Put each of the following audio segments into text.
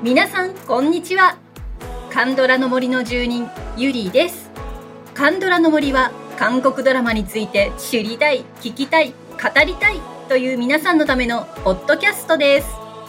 皆さんこんにちは。カンドラの森の住人ゆりです。カンドラの森は韓国ドラマについて知りたい、聞きたい、語りたいという皆さんのためのポッドキャストです。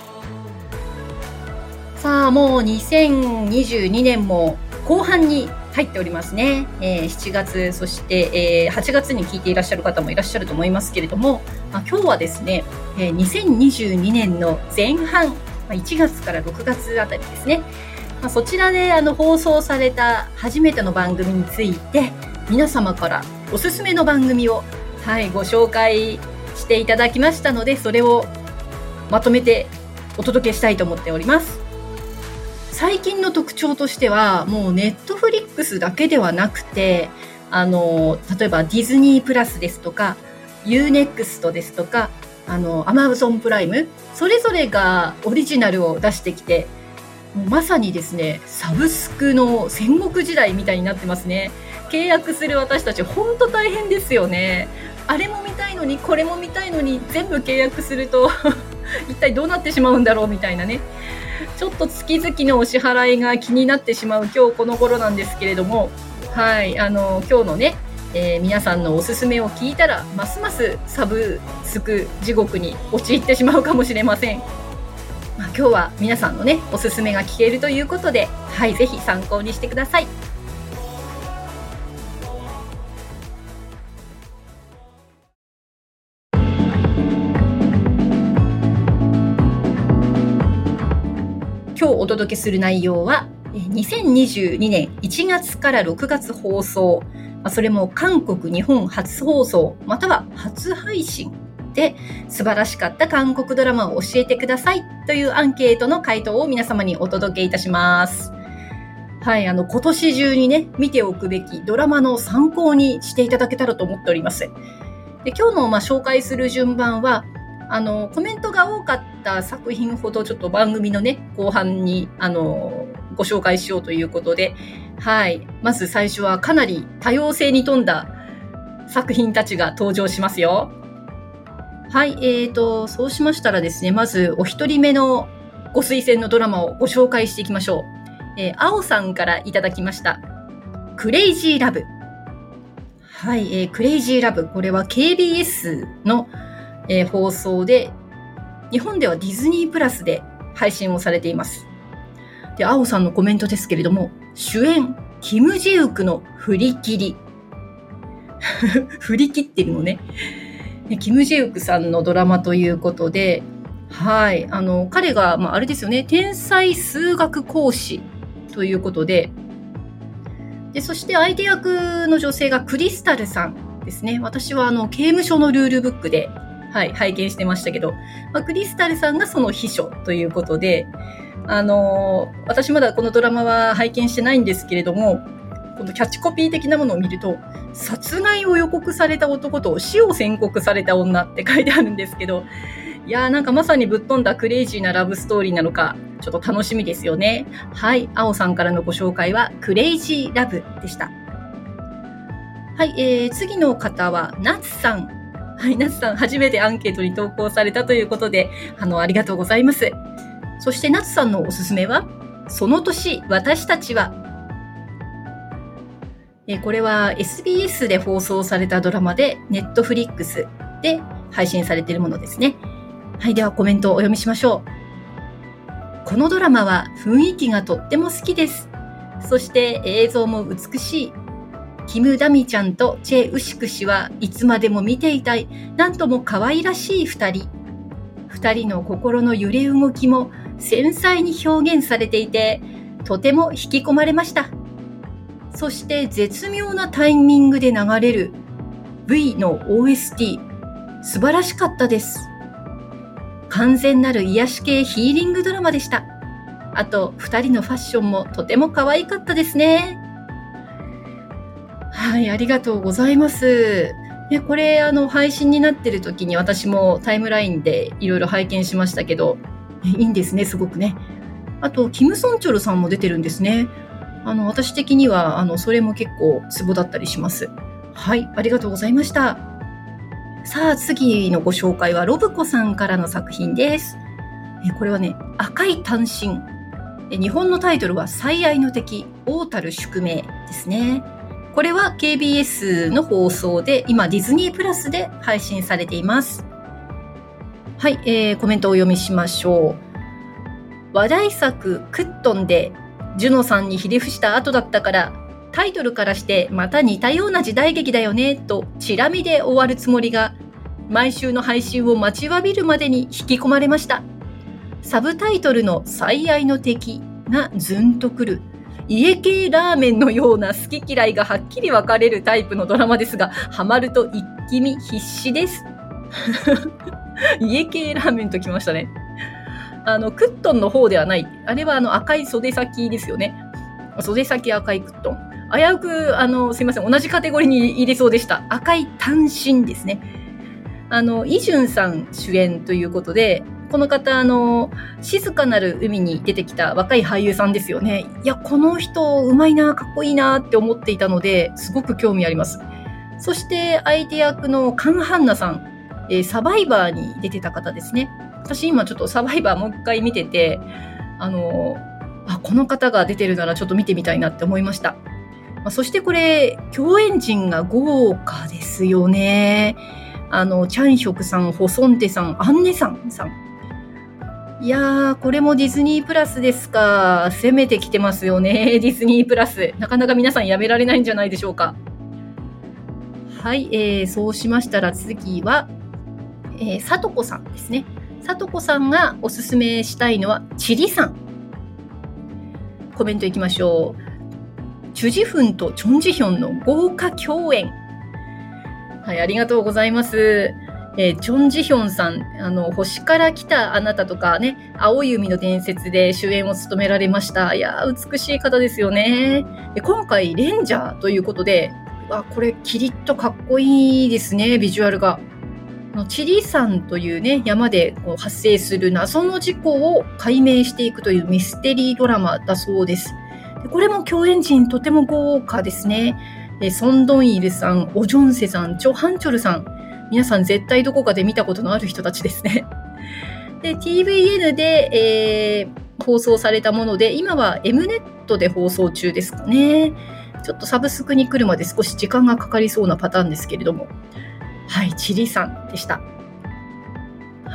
さあ、もう2022年も後半に入っておりますね。7月そして、8月に聞いていらっしゃる方もいらっしゃると思いますけれども、今日はですね、2022年の前半、1月から6月あたりですね、そちらで放送された初めての番組について皆様からおすすめの番組を、ご紹介していただきましたので、それをまとめてお届けしたいと思っております。最近の特徴としては、もうネットフリックスだけではなくて、例えばディズニープラスですとか UNEXT ですとかAmazon プライム、それぞれがオリジナルを出してきて、もうまさにですね、サブスクの戦国時代みたいになってますね。契約する私たち本当大変ですよね。あれも見たいのにこれも見たいのに全部契約すると一体どうなってしまうんだろうみたいなね、ちょっと月々のお支払いが気になってしまう今日この頃なんですけれども、今日のね、皆さんのおすすめを聞いたらますますサブスク地獄に陥ってしまうかもしれません。今日は皆さんのねおすすめが聞けるということで、ぜひ参考にしてください。今日お届けする内容は2022年1月から6月放送、それも韓国日本初放送または初配信で素晴らしかった韓国ドラマを教えてくださいというアンケートの回答を皆様にお届けいたします。今年中にね見ておくべきドラマの参考にしていただけたらと思っております。で、今日の紹介する順番はコメントが多かった作品ほどちょっと番組のね後半にご紹介しようということで、まず最初はかなり多様性に富んだ作品たちが登場しますよ。そうしましたらですね、まずお一人目のご推薦のドラマをご紹介していきましょう。青さんからいただきましたクレイジーラブ。クレイジーラブ、これは KBS の放送で、日本ではディズニープラスで配信をされています。で、青さんのコメントですけれども、主演キム・ジウクの振り切り振り切ってるのね。キム・ジウクさんのドラマということで、彼が、あれですよね、天才数学講師ということで、そして相手役の女性がクリスタルさんですね。私は刑務所のルールブックで拝見してましたけど、クリスタルさんがその秘書ということで、私まだこのドラマは拝見してないんですけれども、このキャッチコピー的なものを見ると、殺害を予告された男と死を宣告された女って書いてあるんですけど、なんかまさにぶっ飛んだクレイジーなラブストーリーなのか、ちょっと楽しみですよね。青さんからのご紹介はクレイジーラブでした。次の方はナツさん。ナツさん初めてアンケートに投稿されたということで、ありがとうございます。そしてナツさんのおすすめは、その年私たちは。これは SBS で放送されたドラマで、ネットフリックスで配信されているものですね。ではコメントをお読みしましょう。このドラマは雰囲気がとっても好きです。そして映像も美しい。キム・ダミちゃんとチェ・ウシク氏はいつまでも見ていたい、なんとも可愛らしい二人。二人の心の揺れ動きも繊細に表現されていて、とても引き込まれました。そして絶妙なタイミングで流れる V の OST、素晴らしかったです。完全なる癒し系ヒーリングドラマでした。あと二人のファッションもとても可愛かったですね。ありがとうございます。これ配信になってる時に私もタイムラインでいろいろ拝見しましたけど、いいんですね、すごくね。あとキム・ソンチョルさんも出てるんですね。私的にはそれも結構ツボだったりします。ありがとうございました。さあ、次のご紹介はロブコさんからの作品です。これはね、赤い単身日本のタイトルは最愛の敵、王たる宿命ですね。これは KBS の放送で、今ディズニープラスで配信されています。はい、コメントをお読みしましょう。話題作クットンでジュノさんにひれ伏した後だったから、タイトルからしてまた似たような時代劇だよねとチラ見で終わるつもりが、毎週の配信を待ちわびるまでに引き込まれました。サブタイトルの最愛の敵がズンとくる、家系ラーメンのような好き嫌いがはっきり分かれるタイプのドラマですが、ハマると一気見必至です家系ラーメンときましたね。クットンの方ではない、あれは赤い袖先ですよね。袖先赤いクットン、危うくすいません、同じカテゴリーに入れそうでした。赤い単身ですね。イジュンさん主演ということで、この方静かなる海に出てきた若い俳優さんですよね。いや、この人うまいな、かっこいいなって思っていたので、すごく興味あります。そして相手役のカン・ハンナさん、サバイバーに出てた方ですね。私今ちょっとサバイバーもう一回見てて、この方が出てるならちょっと見てみたいなって思いました。そしてこれ共演陣が豪華ですよね。チャンヒョクさん、ホソンテさん、アンネさん。いやー、これもディズニープラスですか。攻めてきてますよね、ディズニープラス。なかなか皆さんやめられないんじゃないでしょうか。はい、そうしましたら次は、さとこさんですね。さとこさんがおすすめしたいのはチリさん。コメントいきましょう。チュジフンとチョンジヒョンの豪華共演。はい、ありがとうございます。チョンジヒョンさん、星から来たあなたとかね、青い海の伝説で主演を務められました。いやー、美しい方ですよね。で、今回レンジャーということで、これキリッとかっこいいですね、ビジュアルが。チリ山というね、山で発生する謎の事故を解明していくというミステリードラマだそうです。で、これも共演陣とても豪華ですね。ソン・ドンイルさん、オ・ジョンセさん、チョ・ハンチョルさん、皆さん絶対どこかで見たことのある人たちですね。で、TVN で、放送されたもので、今は M ネットで放送中ですかね。ちょっとサブスクに来るまで少し時間がかかりそうなパターンですけれども。はい、チリさんでした。はい、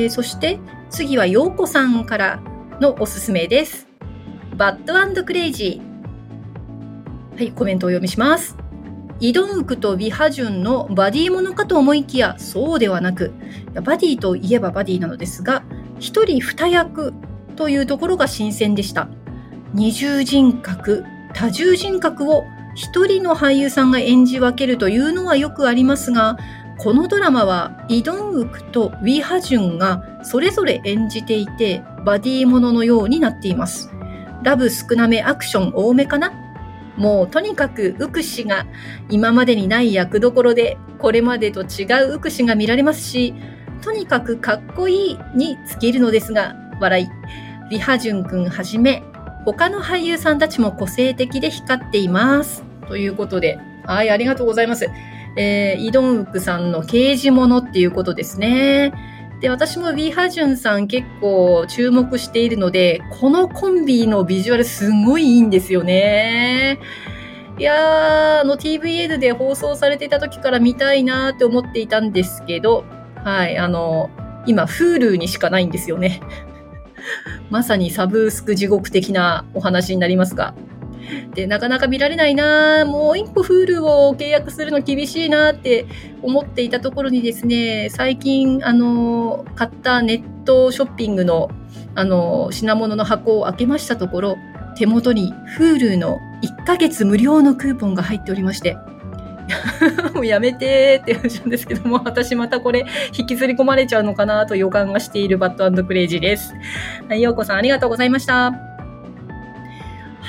そして次はヨーコさんからのおすすめです。バッド&クレイジー。はい、コメントをお読みします。イ・ドンウクとウィ・ハジュンのバディものかと思いきや、そうではなく、バディといえばバディなのですが、一人二役というところが新鮮でした。二重人格、多重人格を一人の俳優さんが演じ分けるというのはよくありますが、このドラマはイ・ドンウクとウィ・ハジュンがそれぞれ演じていて、バディもののようになっています。ラブ少なめ、アクション多めかな。もうとにかくウクシが今までにない役どころで、これまでと違うウクシが見られますし、とにかくかっこいいに尽きるのですが、笑い。ウィ・ハジュン君はじめ他の俳優さんたちも個性的で光っていますということで、はい、ありがとうございます。イ・ドンウクさんの刑事ものっていうことですね。で、私もウィ・ハジュンさん結構注目しているので、このコンビのビジュアルすごいいいんですよね。いやー、TVN で放送されていた時から見たいなって思っていたんですけど、はい、今 Hulu にしかないんですよね。まさにサブスク地獄的なお話になりますが、で、なかなか見られないな、もう一歩 Hulu を契約するの厳しいなって思っていたところにですね、最近買ったネットショッピングの品物の箱を開けましたところ、手元に Hulu の1ヶ月無料のクーポンが入っておりまして、もうやめてって話なんですけども、私またこれ引きずり込まれちゃうのかなと予感がしているバッド&クレイジーです。はい、ようこさんありがとうございました。はい、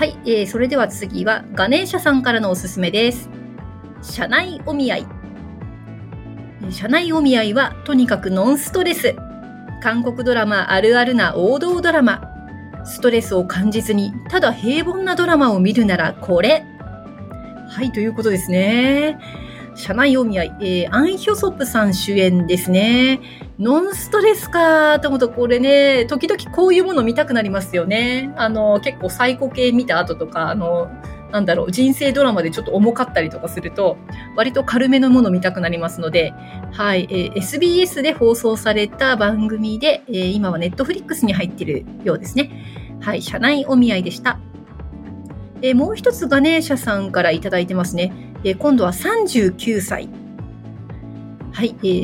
それでは次はガネーシャさんからのおすすめです。社内お見合い。社内お見合いはとにかくノンストレス。韓国ドラマあるあるな王道ドラマ。ストレスを感じずにただ平凡なドラマを見るならこれ。はい、ということですね。社内お見合い、アン・ヒョソプさん主演ですね。 ノンストレスかと思うと、これね、時々こういうもの見たくなりますよね。結構サイコ系見た後とか、人生ドラマでちょっと重かったりとかすると、割と軽めのもの見たくなりますので、はい、SBS で放送された番組で、今はネットフリックスに入っているようですね。はい、社内お見合いでした。もう一つガネーシャさんからいただいてますね。今度は39歳。はい、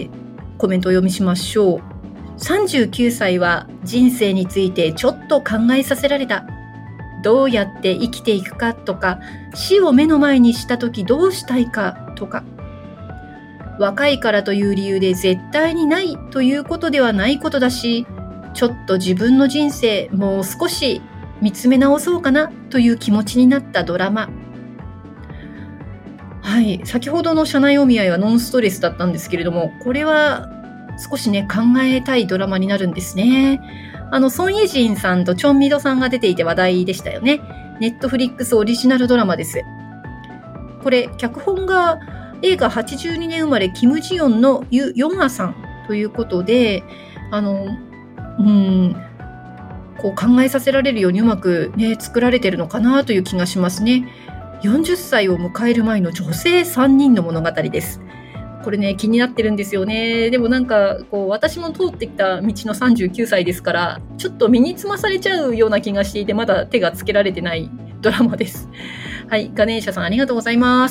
コメントを読みしましょう。39歳は人生についてちょっと考えさせられた。どうやって生きていくかとか、死を目の前にしたときどうしたいかとか、若いからという理由で絶対にないということではないことだし、ちょっと自分の人生もう少し見つめ直そうかなという気持ちになったドラマ。はい、先ほどの社内お見合いはノンストレスだったんですけれども、これは少しね、考えたいドラマになるんですね。ソン・イェジンさんとチョン・ミドさんが出ていて話題でしたよね。ネットフリックスオリジナルドラマです。これ、脚本が映画82年生まれキム・ジヨンのユ・ヨンアさんということで、こう考えさせられるようにうまくね、作られてるのかなという気がしますね。40歳を迎える前の女性3人の物語です。これね、気になってるんですよね。でも私も通ってきた道の39歳ですから、ちょっと身につまされちゃうような気がしていて、まだ手がつけられてないドラマです。はい、ガネーシャさんありがとうございます。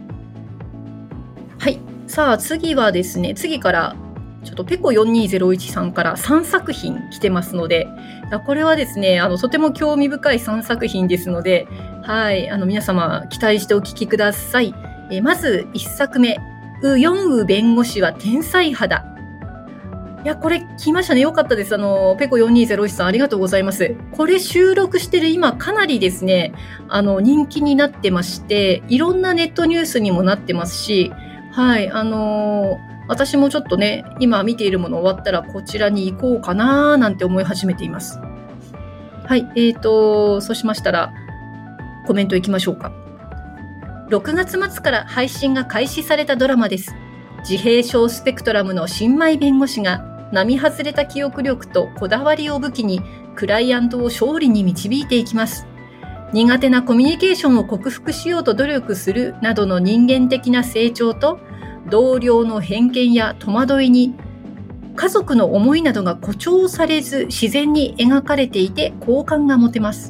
はい、さあ次はですね、次からちょっとペコ4201さんから3作品来てますので、これはですね、とても興味深い3作品ですので、はい、皆様期待してお聞きください。まず1作目、ウ・ヨンウ弁護士は天才肌。いや、これ来ましたね。よかったです。ペコ4201さんありがとうございます。これ収録してる今かなりですね、人気になってまして、いろんなネットニュースにもなってますし、はい、私もちょっとね、今見ているもの終わったらこちらに行こうかななんて思い始めています。はい、そうしましたらコメントいきましょうか。6月末から配信が開始されたドラマです。自閉症スペクトラムの新米弁護士が並外れた記憶力とこだわりを武器にクライアントを勝利に導いていきます。苦手なコミュニケーションを克服しようと努力するなどの人間的な成長と、同僚の偏見や戸惑いに家族の思いなどが誇張されず自然に描かれていて好感が持てます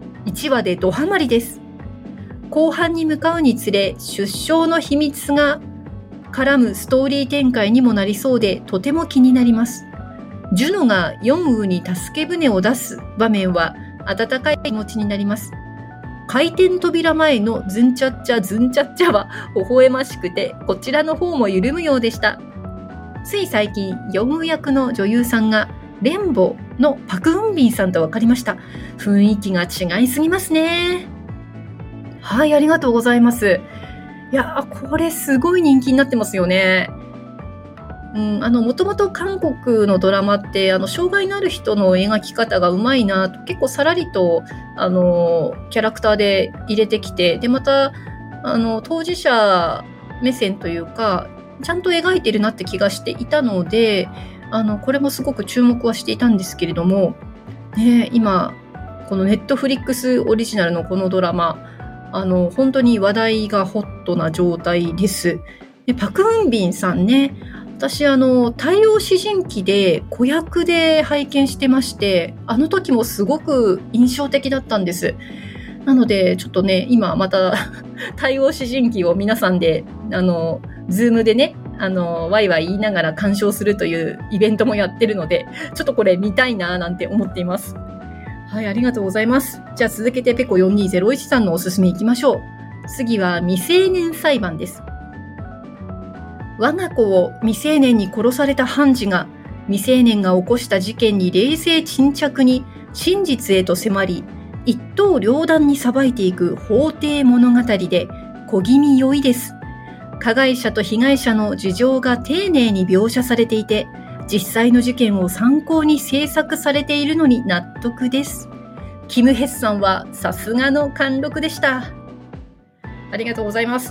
。1話でドハマりです。後半に向かうにつれ出生の秘密が絡むストーリー展開にもなりそうでとても気になります。ジュノがヨンウに助け舟を出す場面は温かい気持ちになります。回転扉前のズンチャッチャズンチャッチャは微笑ましくて、こちらの方も緩むようでした。つい最近ヨンウ役の女優さんがレンボのパク・ウンビンさんと分かりました。雰囲気が違いすぎますね。はい、ありがとうございます。いや、これすごい人気になってますよね。もともと韓国のドラマって障害のある人の描き方がうまいなと、結構さらりとキャラクターで入れてきて、でまた当事者目線というかちゃんと描いてるなって気がしていたので、これもすごく注目はしていたんですけれども、ね、今このネットフリックスオリジナルのこのドラマ、本当に話題がホットな状態です。でパク・ウンビンさんね、私太陽詩人記で子役で拝見してまして、あの時もすごく印象的だったんです。なのでちょっとね、今また太陽詩人記を皆さんでズームでね、ワイワイ言いながら鑑賞するというイベントもやってるので、ちょっとこれ見たいななんて思っています。はい、ありがとうございます。じゃあ続けてペコ4201さんのおすすめいきましょう。次は未成年裁判です。我が子を未成年に殺された判事が未成年が起こした事件に冷静沈着に真実へと迫り、一刀両断に裁いていく法廷物語で小気味良いです。加害者と被害者の事情が丁寧に描写されていて、実際の事件を参考に制作されているのに納得です。キム・ヘスさんはさすがの貫禄でした。ありがとうございます。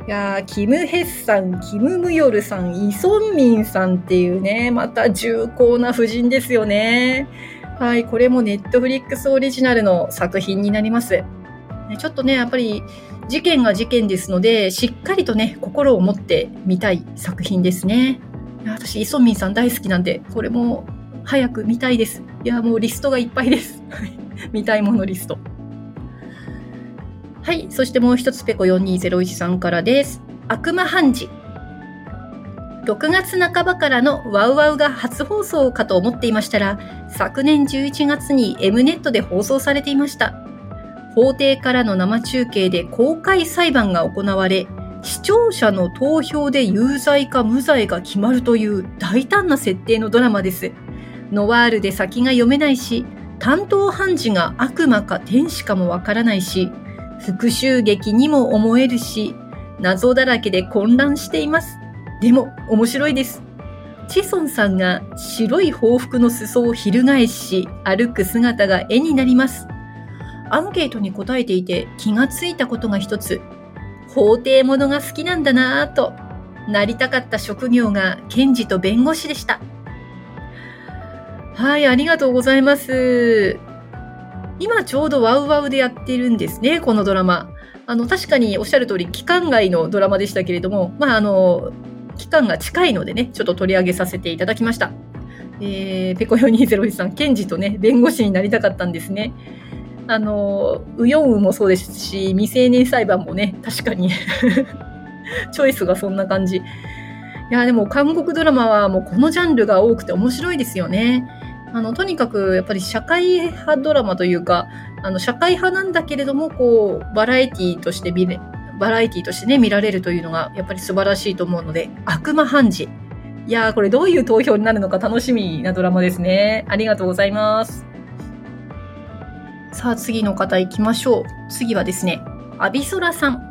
いやー、キム・ヘッさん、キム・ムヨルさん、イ・ソンミンさんっていうね、また重厚な夫人ですよね。はい、これもネットフリックスオリジナルの作品になります。ちょっとね、やっぱり事件が事件ですので、しっかりとね、心を持って見たい作品ですね。私、イ・ソンミンさん大好きなんで、これも早く見たいです。いや、もうリストがいっぱいです。見たいものリスト。はい、そしてもう一つペコ4201さんからです。悪魔判事。6月半ばからのワウワウが初放送かと思っていましたら、昨年11月に M ネットで放送されていました。法廷からの生中継で公開裁判が行われ、視聴者の投票で有罪か無罪が決まるという大胆な設定のドラマです。ノワールで先が読めないし、担当判事が悪魔か天使かもわからないし、復讐劇にも思えるし、謎だらけで混乱しています。でも面白いです。チソンさんが白い報復の裾を翻し歩く姿が絵になります。アンケートに答えていて気がついたことが一つ、法廷ものが好きなんだなぁと。なりたかった職業が検事と弁護士でした。はい、ありがとうございます。今ちょうどワウワウでやってるんですね、このドラマ。確かにおっしゃる通り期間外のドラマでしたけれども、期間が近いのでね、ちょっと取り上げさせていただきました。ペコ4201さん、検事とね、弁護士になりたかったんですね。ウヨンウもそうですし、未成年裁判もね、確かにチョイスがそんな感じ。いや、でも韓国ドラマはもうこのジャンルが多くて面白いですよね。とにかくやっぱり社会派ドラマというか、社会派なんだけれども、こうバラエティとしてね、見られるというのがやっぱり素晴らしいと思うので、悪魔判事。いやー、これどういう投票になるのか楽しみなドラマですね。ありがとうございます。さあ、次の方行きましょう。次はですね、アビソラさん。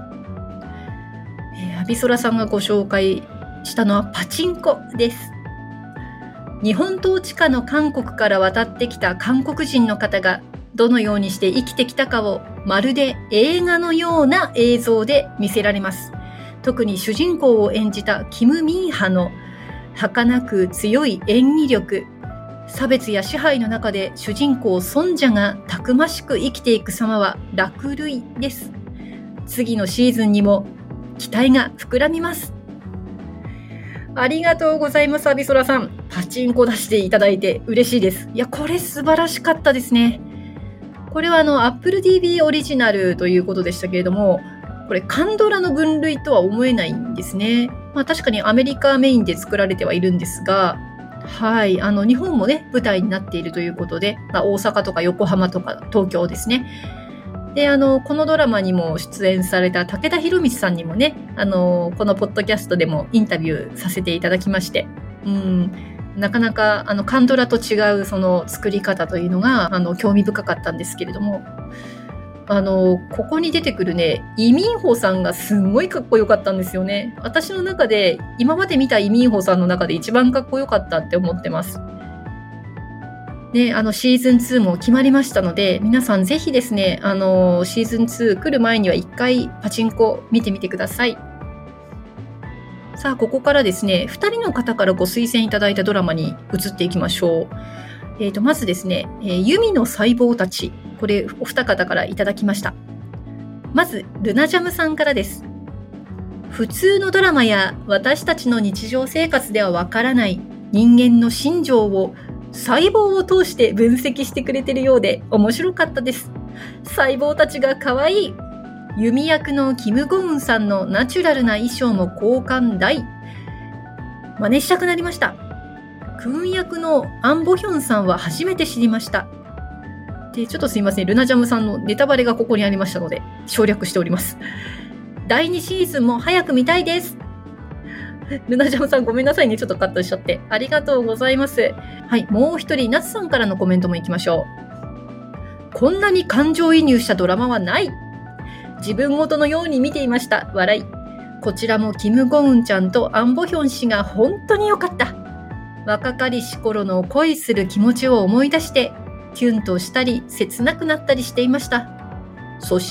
アビソラさんがご紹介したのはパチンコです。日本統治下の韓国から渡ってきた韓国人の方がどのようにして生きてきたかをまるで映画のような映像で見せられます。特に主人公を演じたキム・ミンハの儚く強い演技力、差別や支配の中で主人公ソンジャがたくましく生きていく様は落類です。次のシーズンにも期待が膨らみます。ありがとうございます、アビソラさん。パチンコ出していただいて嬉しいです。いや、これ素晴らしかったですね。これはApple TV オリジナルということでしたけれども、これカンドラの分類とは思えないんですね。確かにアメリカメインで作られてはいるんですが、はい、日本もね、舞台になっているということで、大阪とか横浜とか東京ですね。で、このドラマにも出演された武田博光さんにもね、このポッドキャストでもインタビューさせていただきまして、なかなかカンドラと違うその作り方というのが興味深かったんですけれども、ここに出てくるね、イ・ミンホさんがすんごいかっこよかったんですよね。私の中で今まで見たイ・ミンホさんの中で一番かっこよかったって思ってます。ね、シーズン2も決まりましたので、皆さんぜひですね、シーズン2来る前には一回パチンコ見てみてください。さあ、ここからですね、2人の方からご推薦いただいたドラマに移っていきましょう。まずですね、ユミの細胞たち。これ、お二方からいただきました。まず、ルナジャムさんからです。普通のドラマや私たちの日常生活ではわからない人間の心情を細胞を通して分析してくれているようで面白かったです。細胞たちが可愛い。ユミ役のキム・ゴウンさんのナチュラルな衣装も好感大。真似したくなりました。クーン役のアン・ボヒョンさんは初めて知りました。で、ちょっとすいません。ルナジャムさんのネタバレがここにありましたので省略しております。第2シーズンも早く見たいです。ルナジャムさんごめんなさいね。ちょっとカットしちゃって。ありがとうございます。はい、もう一人、ナツさんからのコメントもいきましょう。こんなに感情移入したドラマはない。自分ごとのように見ていました。笑い。こちらもキム・ゴウンちゃんとアン・ボヒョン氏が本当に良かった。若かりし頃の恋する気持ちを思い出して、キュンとしたり、切なくなったりしていました。そして、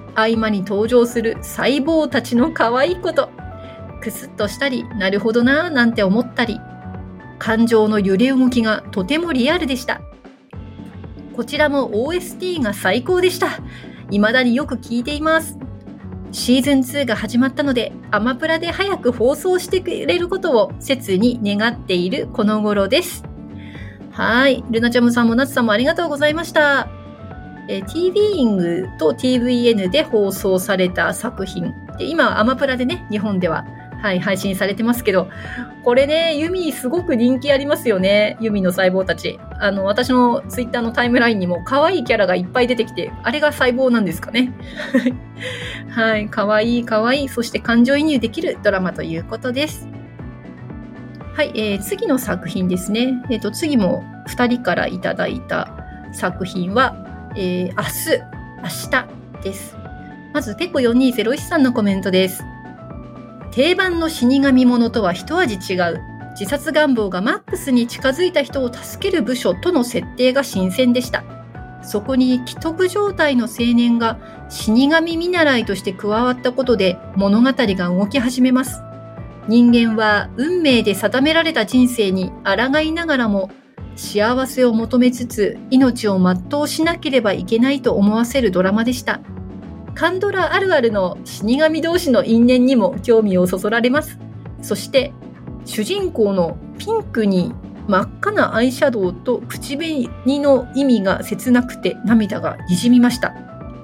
合間に登場する細胞たちの可愛いこと、クスッとしたり、なるほどなぁなんて思ったり、感情の揺れ動きがとてもリアルでした。こちらも OST が最高でした。未だによく聞いています。シーズン2が始まったので、アマプラで早く放送してくれることを切に願っているこの頃です。はい。ルナチャムさんもナツさんもありがとうございました。TV イングと TVN で放送された作品で、今アマプラでね、日本では、配信されてますけど、これね、ユミすごく人気ありますよね。ユミの細胞たち。私のツイッターのタイムラインにも可愛いキャラがいっぱい出てきて、あれが細胞なんですかね。はい、可愛い可愛い、そして感情移入できるドラマということです。はい、次の作品ですね。次も2人からいただいた作品は、明日です。まず、ペコ4201さんのコメントです。定番の死神ものとは一味違う、自殺願望がマックスに近づいた人を助ける部署との設定が新鮮でした。そこに既得状態の青年が死神見習いとして加わったことで物語が動き始めます。人間は運命で定められた人生に抗いながらも幸せを求めつつ命を全うしなければいけないと思わせるドラマでした。カンドラあるあるの死神同士の因縁にも興味をそそられます。そして主人公のピンクに真っ赤なアイシャドウと口紅の意味が切なくて涙がにじみました。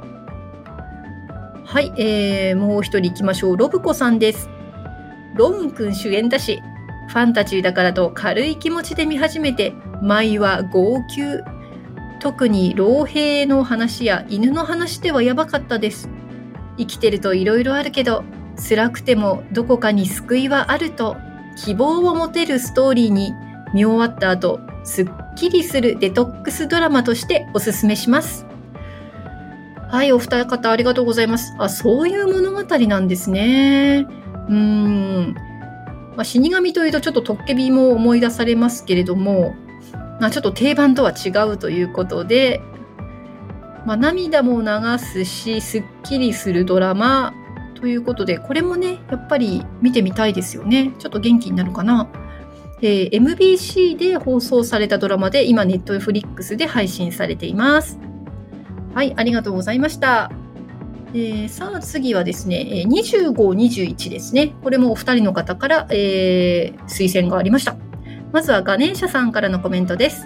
はい、もう一人行きましょう。ロブコさんです。ロウンくん主演だし、ファンタジーだからと軽い気持ちで見始めて舞は号泣。特に老兵の話や犬の話ではやばかったです。生きてるといろいろあるけど、辛くてもどこかに救いはあると希望を持てるストーリーに見終わった後、すっきりするデトックスドラマとしておすすめします。はい、お二方ありがとうございます。そういう物語なんですね。死神というとちょっとトッケビも思い出されますけれども、ちょっと定番とは違うということで、涙も流すし、すっきりするドラマということで、これもね、やっぱり見てみたいですよね。ちょっと元気になるかな。MBC で放送されたドラマで、今、Netflix で配信されています。はい、ありがとうございました。さあ、次はですね、25、21ですね。これもお二人の方から、推薦がありました。まずはガネーシャさんからのコメントです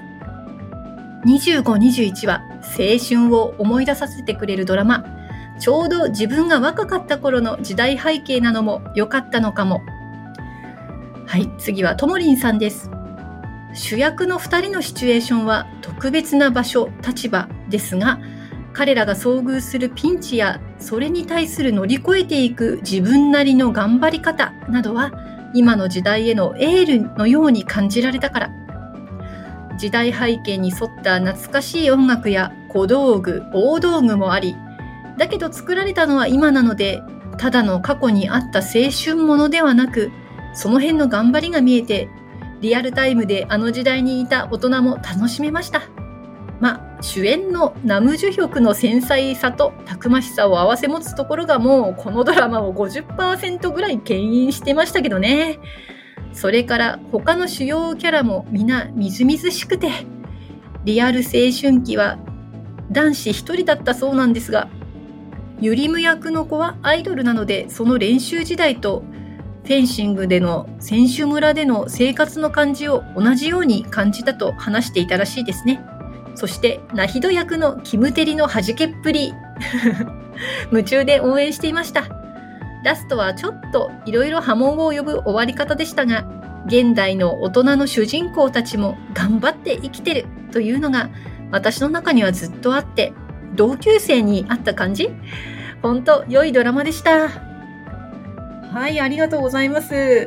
。25、21は青春を思い出させてくれるドラマ。ちょうど自分が若かった頃の時代背景なのも良かったのかも。はい、次はともりんさんです。主役の2人のシチュエーションは特別な場所、立場ですが、彼らが遭遇するピンチやそれに対する乗り越えていく自分なりの頑張り方などは今の時代へのエールのように感じられたから。時代背景に沿った懐かしい音楽や小道具、大道具もあり、だけど作られたのは今なので、ただの過去にあった青春ものではなく、その辺の頑張りが見えて、リアルタイムであの時代にいた大人も楽しめました。主演のナムジュヒョクの繊細さとたくましさを併せ持つところがもうこのドラマを 50% ぐらい牽引してましたけどね。それから他の主要キャラもみなみずみずしくて、リアル青春期は男子一人だったそうなんですが、ユリム役の子はアイドルなので、その練習時代とフェンシングでの選手村での生活の感じを同じように感じたと話していたらしいですね。そしてナヒド役のキムテリの弾けっぷり夢中で応援していました。ラストはちょっといろいろ波紋を呼ぶ終わり方でしたが、現代の大人の主人公たちも頑張って生きてるというのが私の中にはずっとあって、同級生に会った感じ。ほんと良いドラマでした。はい、ありがとうございます。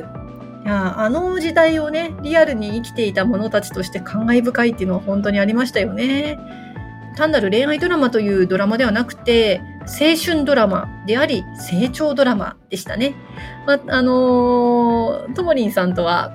いや、あの時代をね、リアルに生きていた者たちとして感慨深いっていうのは本当にありましたよね。単なる恋愛ドラマというドラマではなくて、青春ドラマであり、成長ドラマでしたね。ともりんさんとは、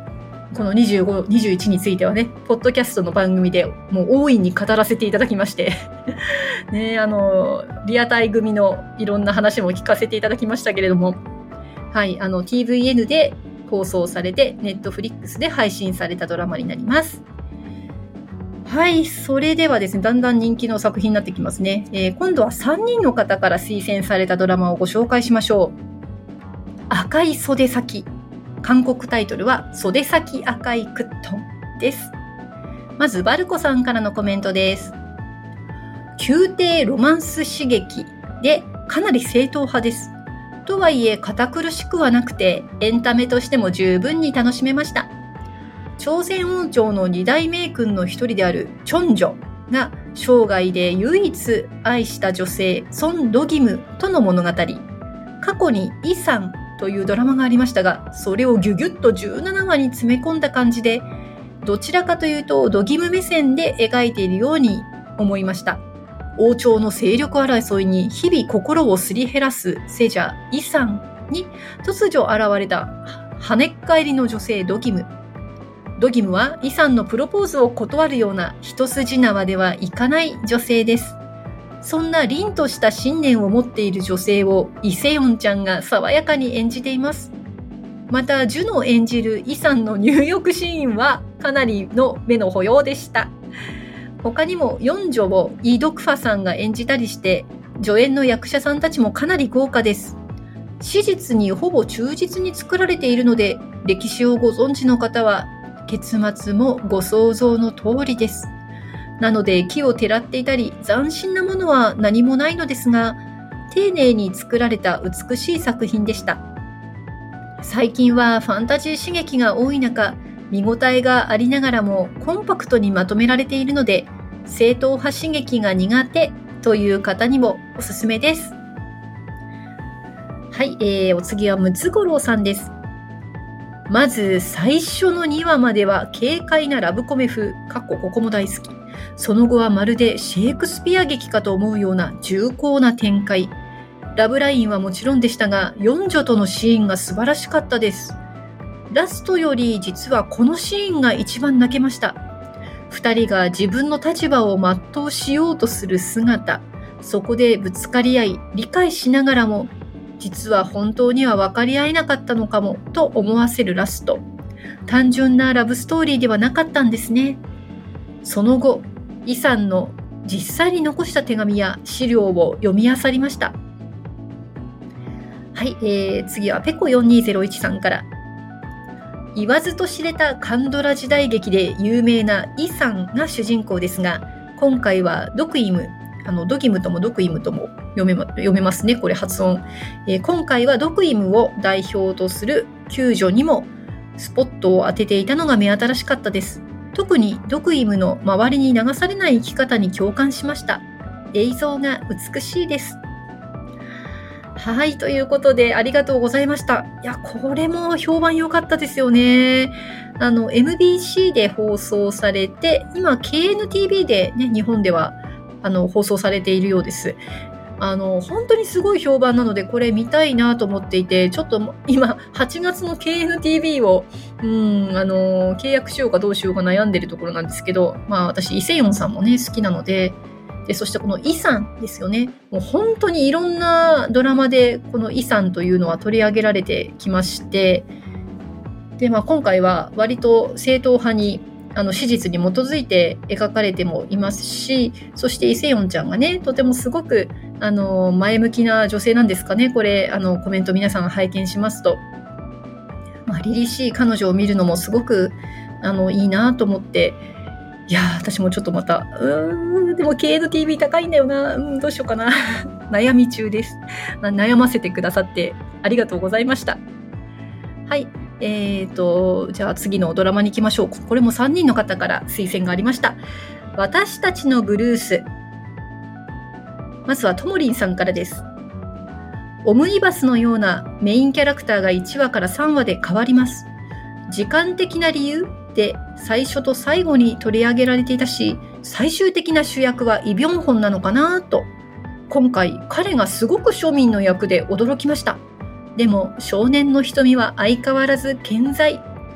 この25、21についてはね、ポッドキャストの番組でもう大いに語らせていただきましてね、リアタイ組のいろんな話も聞かせていただきましたけれども、はい、TVN で放送されて、Netflix で配信されたドラマになります。はい、それではですね、だんだん人気の作品になってきますね。今度は3人の方から推薦されたドラマをご紹介しましょう。赤い袖先。韓国タイトルは袖先赤いクットンです。まずバルコさんからのコメントです。宮廷ロマンス刺激でかなり正統派です。とはいえ堅苦しくはなくてエンタメとしても十分に楽しめました。朝鮮王朝の二大名君の一人であるチョンジョが生涯で唯一愛した女性ソン・ドギムとの物語。過去にイさんというドラマがありましたが、それをギュギュッと17話に詰め込んだ感じで、どちらかというとドギム目線で描いているように思いました。王朝の勢力争いに日々心をすり減らす聖者イさんに突如現れた跳ねっ返りの女性ドギム。ドギムはイさんのプロポーズを断るような一筋縄ではいかない女性です。そんな凛とした信念を持っている女性をイセヨンちゃんが爽やかに演じています。またジュノ演じるイさんの入浴シーンはかなりの目の保養でした。他にもヨンジョをイ・ドクファさんが演じたりして助演の役者さんたちもかなり豪華です。史実にほぼ忠実に作られているので歴史をご存知の方は結末もご想像の通りです。なので奇をてらっていたり斬新なものは何もないのですが、丁寧に作られた美しい作品でした。最近はファンタジー刺激が多い中、見応えがありながらもコンパクトにまとめられているので、正統派刺激が苦手という方にもおすすめです。はい、お次はムツゴロウさんです。まず最初の2話までは軽快なラブコメ風、ここも大好き。その後はまるでシェイクスピア劇かと思うような重厚な展開。ラブラインはもちろんでしたが、ヨンジョとのシーンが素晴らしかったです。ラストより実はこのシーンが一番泣けました。2人が自分の立場を全うしようとする姿、そこでぶつかり合い、理解しながらも、実は本当には分かり合えなかったのかもと思わせるラスト。単純なラブストーリーではなかったんですね。その後、イさんの実際に残した手紙や資料を読み漁りました。はい、次はペコ4201さんから。言わずと知れたカンドラ時代劇で有名なイさんが主人公ですが、今回はドギムともドクイムとも読めますね、これ発音。今回はドクイムを代表とする救助にもスポットを当てていたのが目新しかったです。特にドクイムの周りに流されない生き方に共感しました。映像が美しいです。はい、ということでありがとうございました。いや、これも評判良かったですよね。MBC で放送されて、今 KNTV でね、日本では放送されているようです。本当にすごい評判なので、これ見たいなと思っていて、ちょっと今、8月の KNTV を、契約しようかどうしようか悩んでるところなんですけど、私、イセヨンさんもね、好きなので、そしてこのイさんですよね。もう本当にいろんなドラマで、このイさんというのは取り上げられてきまして、で、今回は割と正統派に、史実に基づいて描かれてもいますし、そしてイセヨンちゃんがね、とてもすごく前向きな女性なんですかね。これコメント皆さん拝見しますと、凛々しい彼女を見るのもすごくいいなと思って、いや私もちょっとまたでも KNTV 高いんだよな、どうしようかな悩み中です。悩ませてくださってありがとうございました。はい、じゃあ次のドラマに行きましょう。これも3人の方から推薦がありました。私たちのブルース。まずはともりんさんからです。オムニバスのようなメインキャラクターが1話から3話で変わります。時間的な理由で最初と最後に取り上げられていたし、最終的な主役はイ・ビョンホンなのかなと。今回彼がすごく庶民の役で驚きました。でも少年の瞳は相変わらず健在。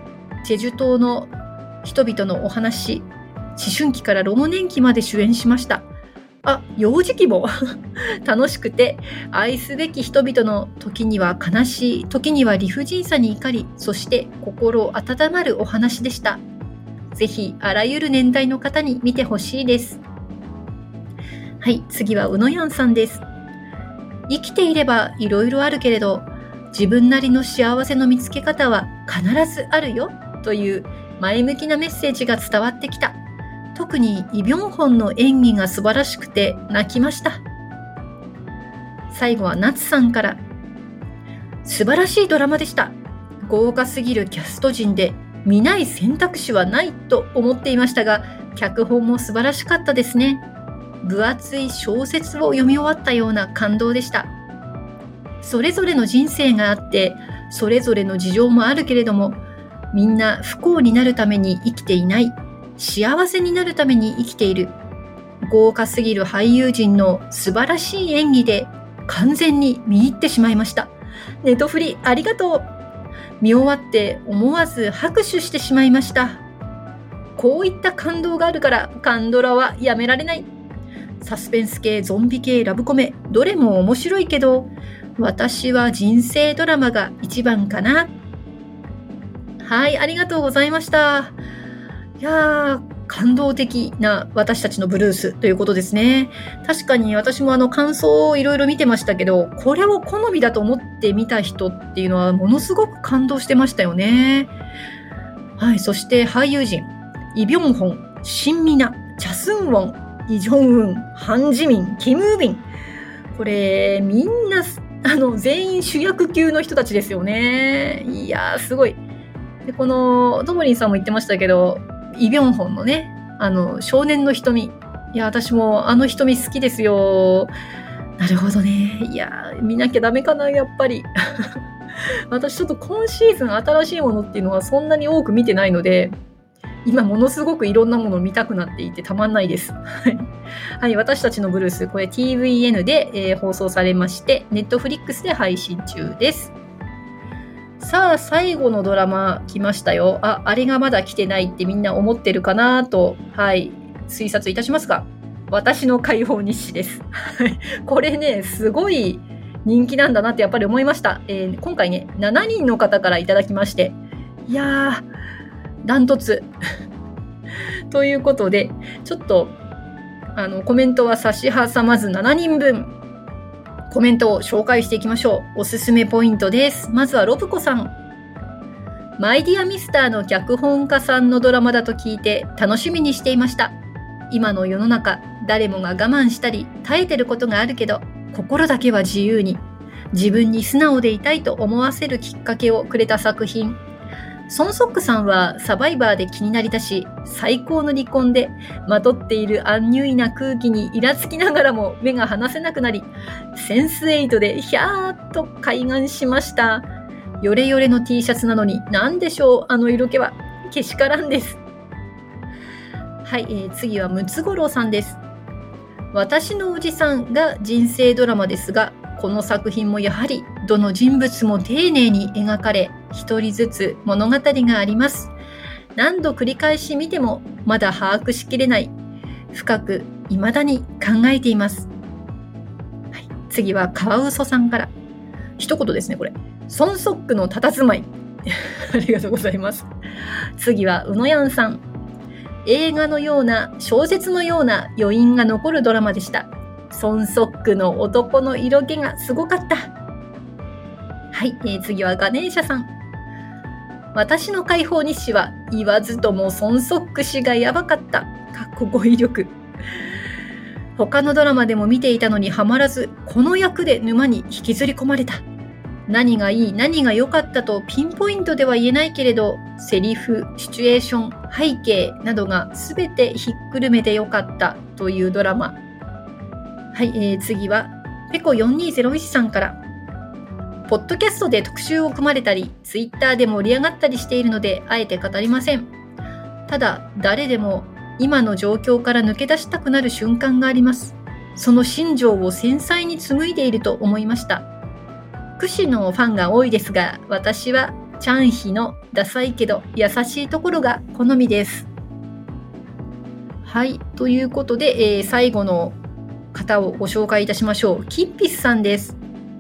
チェジュ島の人々のお話、思春期から老年期まで主演しました。幼児期も楽しくて、愛すべき人々の時には悲しい、時には理不尽さに怒り、そして心を温まるお話でした。ぜひあらゆる年代の方に見てほしいです。はい、次はうのやんさんです。生きていればいろいろあるけれど、自分なりの幸せの見つけ方は必ずあるよという前向きなメッセージが伝わってきた。特にイ・ビョンホンの演技が素晴らしくて泣きました。最後はナツさんから。素晴らしいドラマでした。豪華すぎるキャスト陣で見ない選択肢はないと思っていましたが、脚本も素晴らしかったですね。分厚い小説を読み終わったような感動でした。それぞれの人生があって、それぞれの事情もあるけれども、みんな不幸になるために生きていない。幸せになるために生きている。豪華すぎる俳優陣の素晴らしい演技で完全に見入ってしまいました。ネトフリありがとう。見終わって思わず拍手してしまいました。こういった感動があるからカンドラはやめられない。サスペンス系、ゾンビ系、ラブコメ、どれも面白いけど、私は人生ドラマが一番かな。はい、ありがとうございました。いやー、感動的な私たちのブルースということですね。確かに私も感想をいろいろ見てましたけど、これを好みだと思って見た人っていうのはものすごく感動してましたよね。はい、そして俳優陣、イ・ビョンホン、シン・ミナ、チャスンウォン、イ・ジョンウン、ハン・ジミン、キム・ウビン。これみんな全員主役級の人たちですよね。いやー、すごい。で、このトモリンさんも言ってましたけど、イ・ビョンホンのね、少年の瞳。いや、私も瞳好きですよ。なるほどね。いや、見なきゃダメかな、やっぱり。私ちょっと今シーズン新しいものっていうのはそんなに多く見てないので、今ものすごくいろんなものを見たくなっていてたまんないです。はい、私たちのブルース、これ TVN で、放送されまして、Netflix で配信中です。さあ、最後のドラマ来ましたよ。あれがまだ来てないってみんな思ってるかなと、はい、推察いたしますが、私の解放日誌です。これね、すごい人気なんだなってやっぱり思いました。今回ね、7人の方からいただきまして、いやー、ダントツ。ということで、ちょっと、コメントは差し挟まず7人分、コメントを紹介していきましょう。おすすめポイントです。まずはロブコさん。マイディアミスターの脚本家さんのドラマだと聞いて楽しみにしていました。今の世の中、誰もが我慢したり耐えてることがあるけど、心だけは自由に、自分に素直でいたいと思わせるきっかけをくれた作品。ソンソックさんはサバイバーで気になりだし、最高の離婚でまとっているアンニュイな空気にイラつきながらも目が離せなくなり、センス8でヒャーっと開眼しました。ヨレヨレの T シャツなのに何でしょう、あの色気は。けしからんです。はい、次はムツゴロウさんです。私のおじさんが人生ドラマですが、この作品もやはりどの人物も丁寧に描かれ、一人ずつ物語があります。何度繰り返し見てもまだ把握しきれない、深く未だに考えています。はい、次はカワウソさんから。一言ですね、これ。ソンソックの佇まい。ありがとうございます。次はうのやんさん。映画のような小説のような余韻が残るドラマでした。ソンソックの男の色気がすごかった。はい、次はガネーシャさん。私の解放日誌は言わずともソンソック氏がやばかった。語彙力。他のドラマでも見ていたのにハマらず、この役で沼に引きずり込まれた。何がいい、何が良かったとピンポイントでは言えないけれど、セリフ、シチュエーション、背景などがすべてひっくるめて良かったというドラマ。はい、次はペコ4201さんから。ポッドキャストで特集を組まれたり、ツイッターで盛り上がったりしているので、あえて語りません。ただ、誰でも今の状況から抜け出したくなる瞬間があります。その心情を繊細に紡いでいると思いました。屈指のファンが多いですが、私はチャンヒのダサいけど優しいところが好みです。はい、ということで、最後の方をご紹介いたしましょう。キッピスさんです。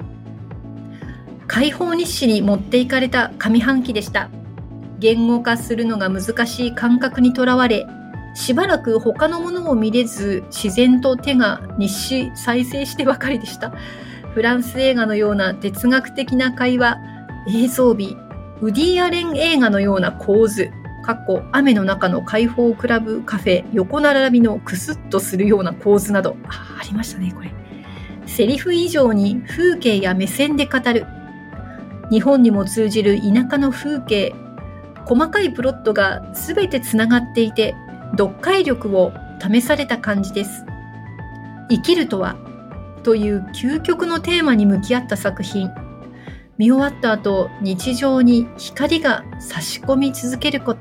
解放日誌に持っていかれた上半期でした。言語化するのが難しい感覚にとらわれ、しばらく他のものを見れず、自然と手が日誌再生してばかりでした。フランス映画のような哲学的な会話、映像美、ウディ・アレン映画のような構図、雨の中の解放クラブカフェ、横並びのクスッとするような構図など、ありましたね、これ。セリフ以上に風景や目線で語る。日本にも通じる田舎の風景、細かいプロットがすべてつながっていて、読解力を試された感じです。生きるとはという究極のテーマに向き合った作品。見終わった後、日常に光が差し込み続けること。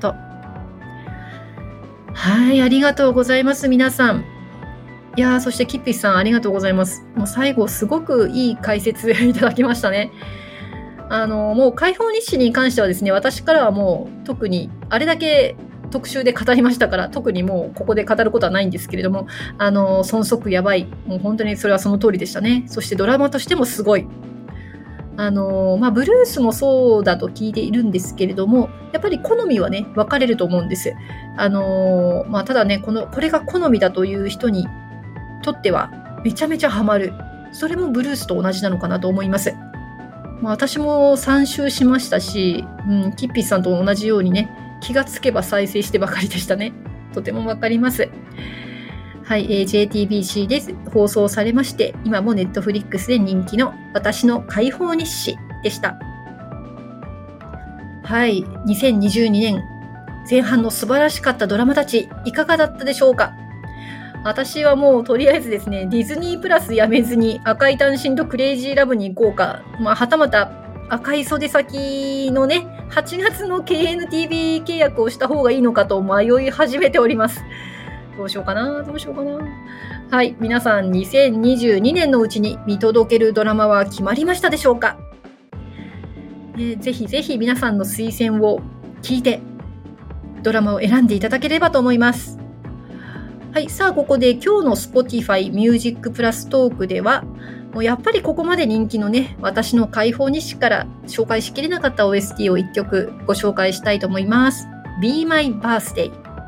はい、ありがとうございます、皆さん。いやー、そしてキッピーさん、ありがとうございます。もう最後、すごくいい解説いただきましたね。もう解放日誌に関してはですね、私からはもう特にあれだけ特集で語りましたから、特にもうここで語ることはないんですけれども、孫則やばい。もう本当にそれはその通りでしたね。そしてドラマとしてもすごい。ブルースもそうだと聞いているんですけれども、やっぱり好みはね、分かれると思うんです。ただね、これが好みだという人にとってはめちゃめちゃハマる。それもブルースと同じなのかなと思います。私も参集しましたし、キッピーさんと同じようにね、気がつけば再生してばかりでしたね。とてもわかります。はい、JTBC で放送されまして、今も Netflix で人気の私の解放日誌でした。はい、2022年前半の素晴らしかったドラマたち、いかがだったでしょうか。私はもうとりあえずですね、ディズニープラスやめずに赤い単身とクレイジーラブに行こうか、はたまた赤い袖先のね、8月の KNTV 契約をした方がいいのかと迷い始めております。どうしようかな。はい、皆さん2022年のうちに見届けるドラマは決まりましたでしょうか。ぜひぜひ皆さんの推薦を聞いてドラマを選んでいただければと思います。はい、さあここで今日の Spotify Music Plus トークでは、もうやっぱりここまで人気のね、私の解放日誌から紹介しきれなかった OST を1曲ご紹介したいと思います。Be My Birthday。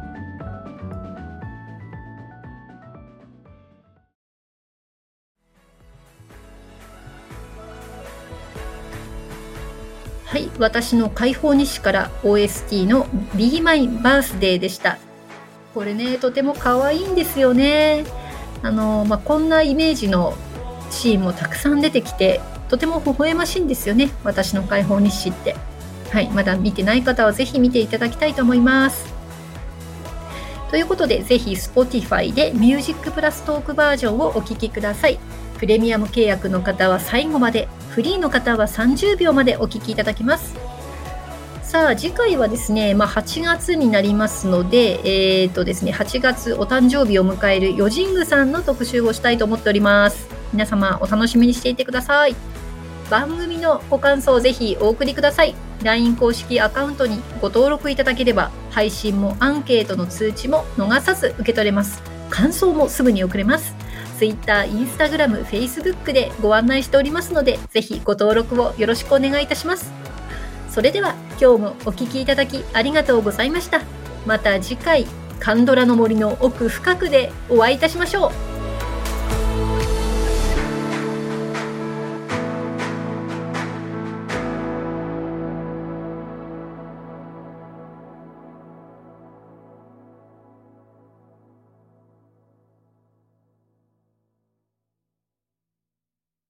はい、私の解放日誌から OST の Be My Birthday でした。これね、とても可愛いんですよね。こんなイメージのシーンもたくさん出てきて、とても微笑ましいんですよね、私の解放日誌って。はい、まだ見てない方はぜひ見ていただきたいと思います。ということで、ぜひ Spotify で Music Plus トークバージョンをお聞きください。プレミアム契約の方は最後まで、フリーの方は30秒までお聞きいただきます。さあ次回はですね、8月になりますので、ですね、8月お誕生日を迎えるヨジングさんの特集をしたいと思っております。皆様お楽しみにしていてください。番組のご感想をぜひお送りください。 LINE 公式アカウントにご登録いただければ、配信もアンケートの通知も逃さず受け取れます。感想もすぐに送れます。 Twitter、Instagram、Facebook でご案内しておりますので、ぜひご登録をよろしくお願いいたします。それでは今日もお聞きいただきありがとうございました。また次回、カンドラの森の奥深くでお会いいたしましょう。